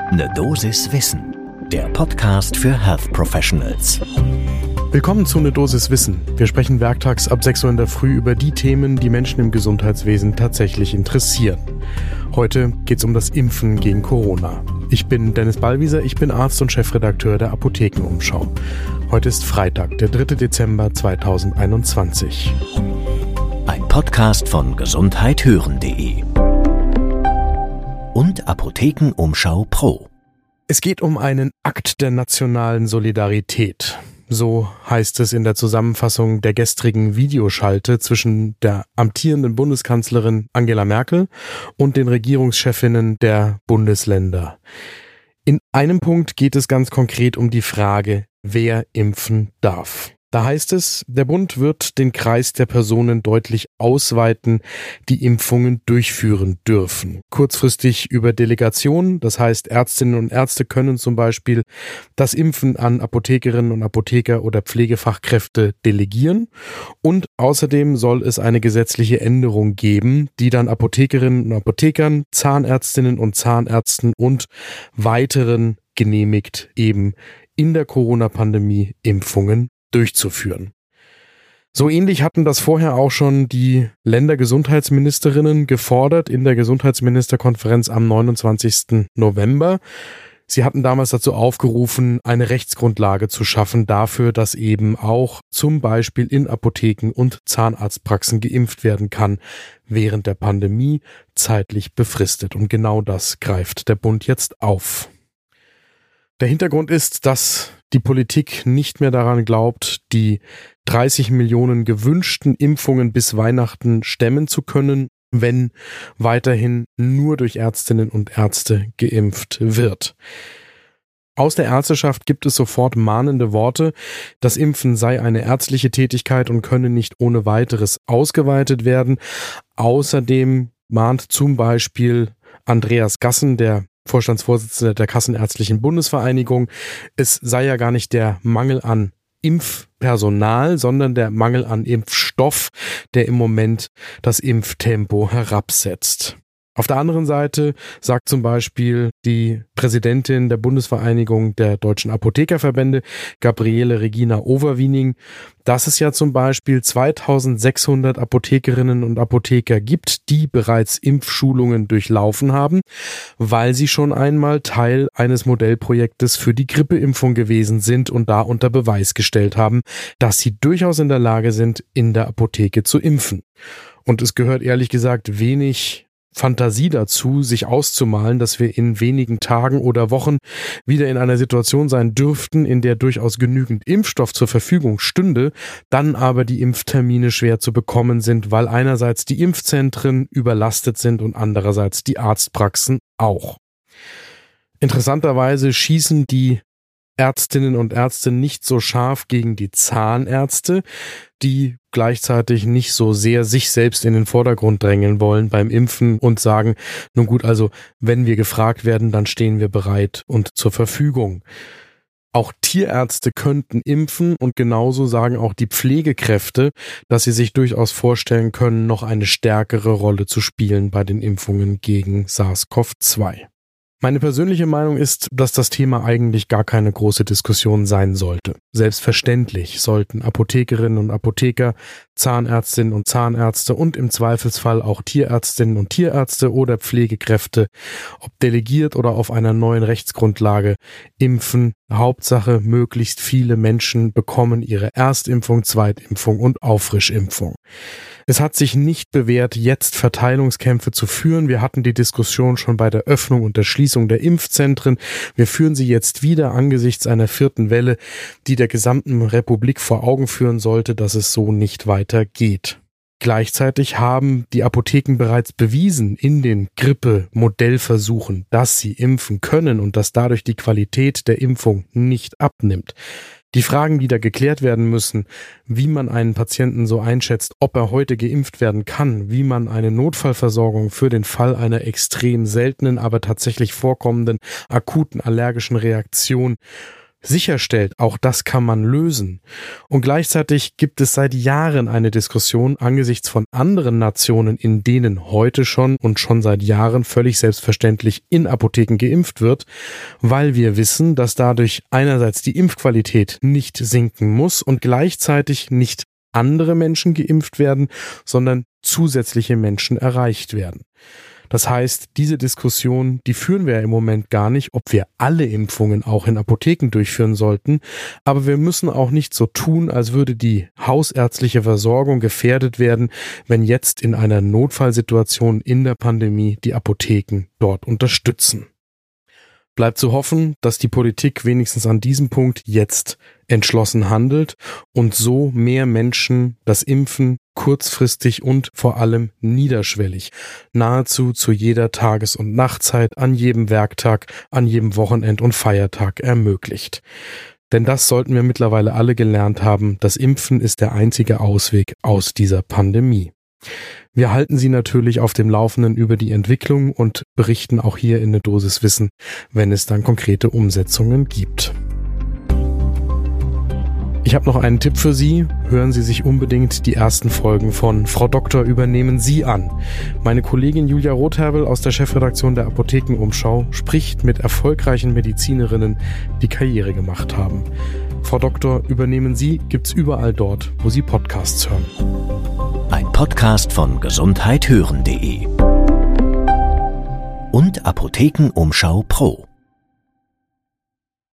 Ne Dosis Wissen, der Podcast für Health Professionals. Willkommen zu Ne Dosis Wissen. Wir sprechen werktags ab 6 Uhr in der Früh über die Themen, die Menschen im Gesundheitswesen tatsächlich interessieren. Heute geht's um das Impfen gegen Corona. Ich bin Dennis Ballwieser, ich bin Arzt und Chefredakteur der Apothekenumschau. Heute ist Freitag, der 3. Dezember 2021. Ein Podcast von gesundheithören.de und Apothekenumschau Pro. Es geht um einen Akt der nationalen Solidarität. So heißt es in der Zusammenfassung der gestrigen Videoschalte zwischen der amtierenden Bundeskanzlerin Angela Merkel und den Regierungschefinnen der Bundesländer. In einem Punkt geht es ganz konkret um die Frage, wer impfen darf. Da heißt es, der Bund wird den Kreis der Personen deutlich ausweiten, die Impfungen durchführen dürfen. Kurzfristig über Delegation, das heißt Ärztinnen und Ärzte können zum Beispiel das Impfen an Apothekerinnen und Apotheker oder Pflegefachkräfte delegieren. Und außerdem soll es eine gesetzliche Änderung geben, die dann Apothekerinnen und Apothekern, Zahnärztinnen und Zahnärzten und weiteren genehmigt, eben in der Corona-Pandemie Impfungen durchzuführen. So ähnlich hatten das vorher auch schon die Ländergesundheitsministerinnen gefordert in der Gesundheitsministerkonferenz am 29. November. Sie hatten damals dazu aufgerufen, eine Rechtsgrundlage zu schaffen dafür, dass eben auch zum Beispiel in Apotheken und Zahnarztpraxen geimpft werden kann, während der Pandemie zeitlich befristet. Und genau das greift der Bund jetzt auf. Der Hintergrund ist, dass die Politik nicht mehr daran glaubt, die 30 Millionen gewünschten Impfungen bis Weihnachten stemmen zu können, wenn weiterhin nur durch Ärztinnen und Ärzte geimpft wird. Aus der Ärzteschaft gibt es sofort mahnende Worte. Das Impfen sei eine ärztliche Tätigkeit und könne nicht ohne weiteres ausgeweitet werden. Außerdem mahnt zum Beispiel Andreas Gassen, der Vorstandsvorsitzender der Kassenärztlichen Bundesvereinigung, es sei ja gar nicht der Mangel an Impfpersonal, sondern der Mangel an Impfstoff, der im Moment das Impftempo herabsetzt. Auf der anderen Seite sagt zum Beispiel die Präsidentin der Bundesvereinigung der Deutschen Apothekerverbände, Gabriele Regina Overwiening, dass es ja zum Beispiel 2600 Apothekerinnen und Apotheker gibt, die bereits Impfschulungen durchlaufen haben, weil sie schon einmal Teil eines Modellprojektes für die Grippeimpfung gewesen sind und da unter Beweis gestellt haben, dass sie durchaus in der Lage sind, in der Apotheke zu impfen. Und es gehört ehrlich gesagt wenig Fantasie dazu, sich auszumalen, dass wir in wenigen Tagen oder Wochen wieder in einer Situation sein dürften, in der durchaus genügend Impfstoff zur Verfügung stünde, dann aber die Impftermine schwer zu bekommen sind, weil einerseits die Impfzentren überlastet sind und andererseits die Arztpraxen auch. Interessanterweise schießen die Ärztinnen und Ärzte nicht so scharf gegen die Zahnärzte, die gleichzeitig nicht so sehr sich selbst in den Vordergrund drängen wollen beim Impfen und sagen, nun gut, also wenn wir gefragt werden, dann stehen wir bereit und zur Verfügung. Auch Tierärzte könnten impfen und genauso sagen auch die Pflegekräfte, dass sie sich durchaus vorstellen können, noch eine stärkere Rolle zu spielen bei den Impfungen gegen SARS-CoV-2. Meine persönliche Meinung ist, dass das Thema eigentlich gar keine große Diskussion sein sollte. Selbstverständlich sollten Apothekerinnen und Apotheker, Zahnärztinnen und Zahnärzte und im Zweifelsfall auch Tierärztinnen und Tierärzte oder Pflegekräfte, ob delegiert oder auf einer neuen Rechtsgrundlage, impfen. Hauptsache, möglichst viele Menschen bekommen ihre Erstimpfung, Zweitimpfung und Auffrischimpfung. Es hat sich nicht bewährt, jetzt Verteilungskämpfe zu führen. Wir hatten die Diskussion schon bei der Öffnung und der Schließung der Impfzentren. Wir führen sie jetzt wieder angesichts einer 4. Welle, die der gesamten Republik vor Augen führen sollte, dass es so nicht weitergeht. Gleichzeitig haben die Apotheken bereits bewiesen in den Grippe-Modellversuchen, dass sie impfen können und dass dadurch die Qualität der Impfung nicht abnimmt. Die Fragen, die da geklärt werden müssen, wie man einen Patienten so einschätzt, ob er heute geimpft werden kann, wie man eine Notfallversorgung für den Fall einer extrem seltenen, aber tatsächlich vorkommenden akuten allergischen Reaktion sicherstellt, auch das kann man lösen. Und gleichzeitig gibt es seit Jahren eine Diskussion angesichts von anderen Nationen, in denen heute schon und schon seit Jahren völlig selbstverständlich in Apotheken geimpft wird, weil wir wissen, dass dadurch einerseits die Impfqualität nicht sinken muss und gleichzeitig nicht andere Menschen geimpft werden, sondern zusätzliche Menschen erreicht werden. Das heißt, diese Diskussion, die führen wir ja im Moment gar nicht, ob wir alle Impfungen auch in Apotheken durchführen sollten, aber wir müssen auch nicht so tun, als würde die hausärztliche Versorgung gefährdet werden, wenn jetzt in einer Notfallsituation in der Pandemie die Apotheken dort unterstützen. Bleibt zu hoffen, dass die Politik wenigstens an diesem Punkt jetzt entschlossen handelt und so mehr Menschen das Impfen kurzfristig und vor allem niederschwellig, nahezu zu jeder Tages- und Nachtzeit, an jedem Werktag, an jedem Wochenend- und Feiertag ermöglicht. Denn das sollten wir mittlerweile alle gelernt haben, das Impfen ist der einzige Ausweg aus dieser Pandemie. Wir halten Sie natürlich auf dem Laufenden über die Entwicklung und berichten auch hier in der Dosis Wissen, wenn es dann konkrete Umsetzungen gibt. Ich habe noch einen Tipp für Sie. Hören Sie sich unbedingt die ersten Folgen von Frau Doktor übernehmen Sie an. Meine Kollegin Julia Rotherbel aus der Chefredaktion der Apothekenumschau spricht mit erfolgreichen Medizinerinnen, die Karriere gemacht haben. Frau Doktor übernehmen Sie gibt's überall dort, wo Sie Podcasts hören. Ein Podcast von gesundheithören.de und Apothekenumschau Pro.